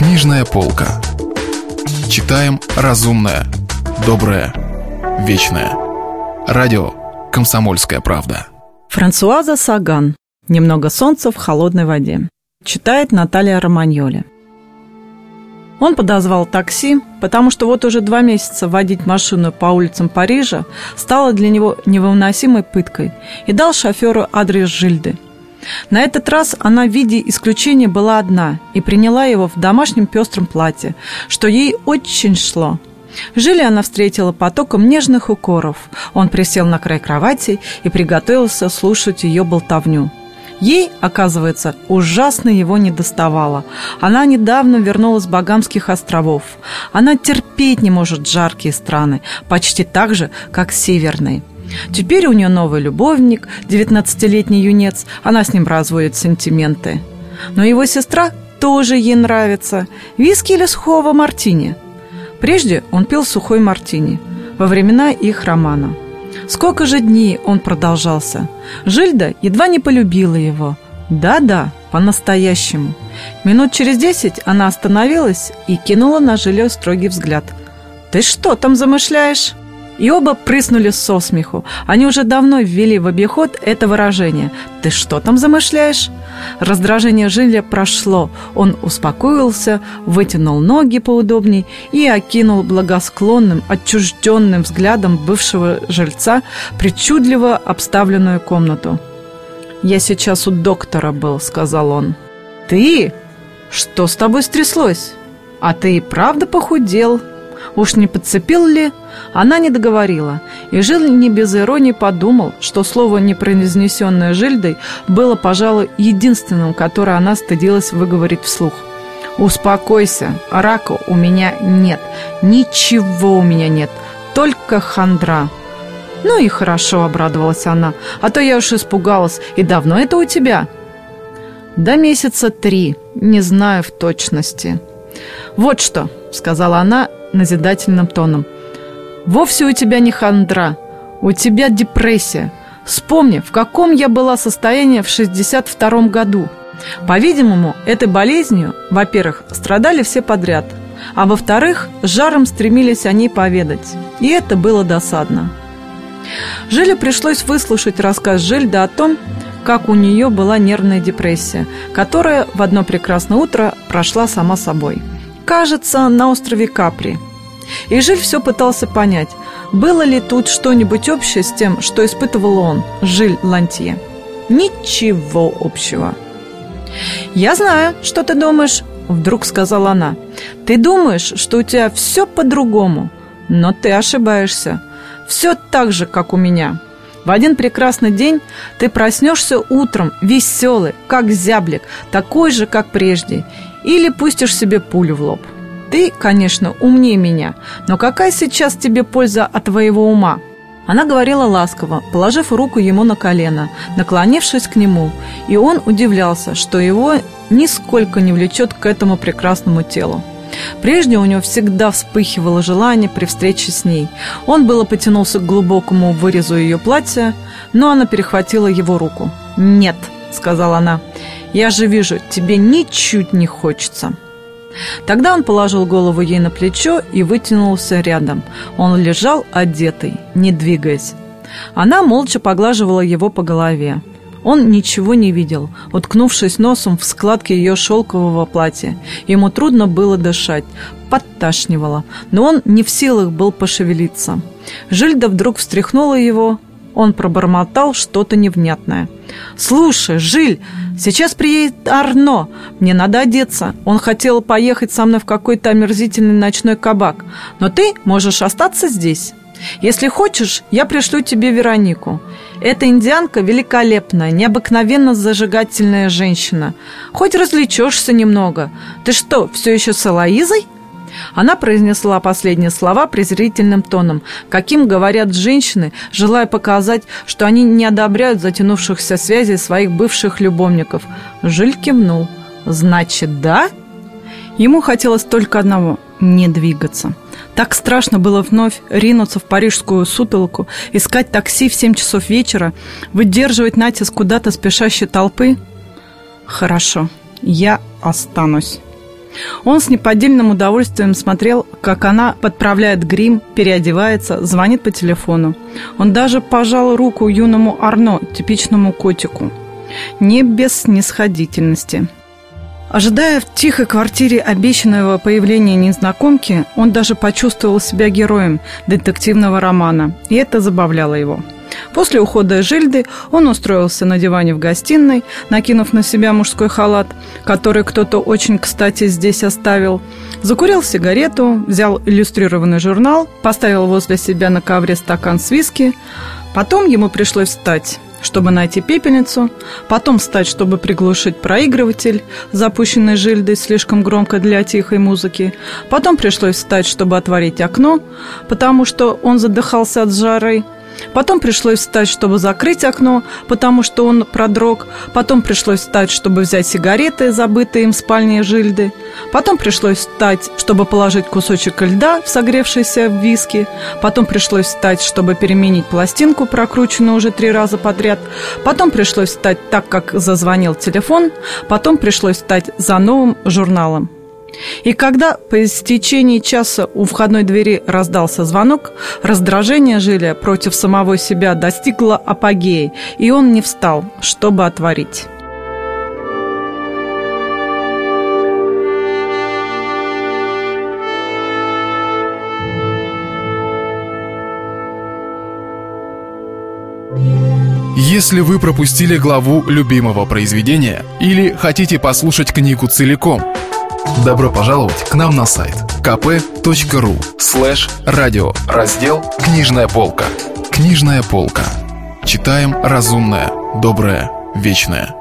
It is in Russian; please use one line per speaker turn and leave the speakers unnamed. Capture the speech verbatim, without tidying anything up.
Книжная полка. Читаем разумное, доброе, вечное. Радио «Комсомольская правда».
Франсуаза Саган. «Немного солнца в холодной воде». Читает Наталья Романьоли. Он подозвал такси, потому что вот уже два месяца водить машину по улицам Парижа стало для него невыносимой пыткой, и дал шоферу адрес Жильды. На этот раз она в виде исключения была одна и приняла его в домашнем пестром платье, что ей очень шло. Жиле она встретила потоком нежных укоров. Он присел на край кровати и приготовился слушать ее болтовню. Ей, оказывается, ужасно его недоставало. Она недавно вернулась с Багамских островов. Она терпеть не может жаркие страны, почти так же, как северные. Теперь у нее новый любовник, девятнадцатилетний юнец. Она с ним разводит сентименты. Но его сестра тоже ей нравится. Виски или сухого мартини? Прежде он пил сухой мартини во времена их романа. Сколько же дней он продолжался. Жильда едва не полюбила его. Да-да, по-настоящему. Минут через десять она остановилась и кинула на Жиле строгий взгляд. «Ты что там замышляешь?» И оба прыснули со смеху. Они уже давно ввели в обиход это выражение. «Ты что там замышляешь?» Раздражение Жиля прошло. Он успокоился, вытянул ноги поудобней и окинул благосклонным, отчужденным взглядом бывшего жильца причудливо обставленную комнату. «Я сейчас у доктора был», — сказал он. «Ты? Что с тобой стряслось? А ты и правда похудел. Уж не подцепил ли?» Она не договорила, и Жиль не без иронии подумал, что слово, непроизнесенное Жильдой, было, пожалуй, единственным, которое она стыдилась выговорить вслух. «Успокойся, рака у меня нет, ничего у меня нет, только хандра». «Ну и хорошо», — обрадовалась она, «а то я уж испугалась. И давно это у тебя?» «До месяца три, не знаю в точности». «Вот что», — сказала она назидательным тоном, «вовсе у тебя не хандра, у тебя депрессия. Вспомни, в каком я была состоянии в шестьдесят втором году. По-видимому, этой болезнью, во-первых, страдали все подряд, а во-вторых, с жаром стремились о ней поведать. И это было досадно». Жиле пришлось выслушать рассказ Жильды о том, как у нее была нервная депрессия, которая в одно прекрасное утро прошла сама собой. Кажется, на острове Капри. И Жиль все пытался понять, было ли тут что-нибудь общее с тем, что испытывал он, Жиль Лантье. Ничего общего. «Я знаю, что ты думаешь», — вдруг сказала она. «Ты думаешь, что у тебя все по-другому, но ты ошибаешься. Все так же, как у меня. В один прекрасный день ты проснешься утром веселый, как зяблик, такой же, как прежде, или пустишь себе пулю в лоб. Ты, конечно, умнее меня, но какая сейчас тебе польза от твоего ума?» Она говорила ласково, положив руку ему на колено, наклонившись к нему, и он удивлялся, что его нисколько не влечет к этому прекрасному телу. Прежде у него всегда вспыхивало желание при встрече с ней. Он было потянулся к глубокому вырезу ее платья, но она перехватила его руку. «Нет», — сказала она, — «я же вижу, тебе ничуть не хочется». Тогда он положил голову ей на плечо и вытянулся рядом. Он лежал одетый, не двигаясь. Она молча поглаживала его по голове. Он ничего не видел, уткнувшись носом в складки ее шелкового платья. Ему трудно было дышать, подташнивало, но он не в силах был пошевелиться. Жильда вдруг встряхнула его. Он пробормотал что-то невнятное. «Слушай, Жиль, сейчас приедет Арно. Мне надо одеться. Он хотел поехать со мной в какой-то омерзительный ночной кабак. Но ты можешь остаться здесь. Если хочешь, я пришлю тебе Веронику. Эта индианка великолепная, необыкновенно зажигательная женщина. Хоть развлечешься немного. Ты что, все еще с Элоизой?» Она произнесла последние слова презрительным тоном, каким говорят женщины, желая показать, что они не одобряют затянувшихся связей своих бывших любовников. Жиль кивнул. «Значит, да?» Ему хотелось только одного – не двигаться. Так страшно было вновь ринуться в парижскую сутолоку, искать такси в семь часов вечера, выдерживать натиск куда-то спешащей толпы. «Хорошо, я останусь». Он с неподдельным удовольствием смотрел, как она подправляет грим, переодевается, звонит по телефону. Он даже пожал руку юному Арно, типичному котику. Не без снисходительности. Ожидая в тихой квартире обещанного появления незнакомки, он даже почувствовал себя героем детективного романа, и это забавляло его. После ухода Жильды он устроился на диване в гостиной, накинув на себя мужской халат, который кто-то очень кстати здесь оставил, закурил сигарету, взял иллюстрированный журнал, поставил возле себя на ковре стакан с виски. Потом ему пришлось встать, чтобы найти пепельницу, потом встать, чтобы приглушить проигрыватель, запущенный Жильдой слишком громко для тихой музыки. Потом пришлось встать, чтобы отворить окно, потому что он задыхался от жары. Потом пришлось встать, чтобы закрыть окно, потому что он продрог. Потом пришлось встать, чтобы взять сигареты, забытые им в спальне Жильды. Потом пришлось встать, чтобы положить кусочек льда в согревшийся виски. Потом пришлось встать, чтобы переменить пластинку, прокрученную уже три раза подряд. Потом пришлось встать так, как зазвонил телефон. Потом пришлось встать за новым журналом. И когда по истечении часа у входной двери раздался звонок, раздражение Жиля против самого себя достигло апогея, и он не встал, чтобы отворить.
Если вы пропустили главу любимого произведения или хотите послушать книгу целиком, добро пожаловать к нам на сайт kp.ru слэш радио, раздел «Книжная полка». Книжная полка. Читаем разумное, доброе, вечное.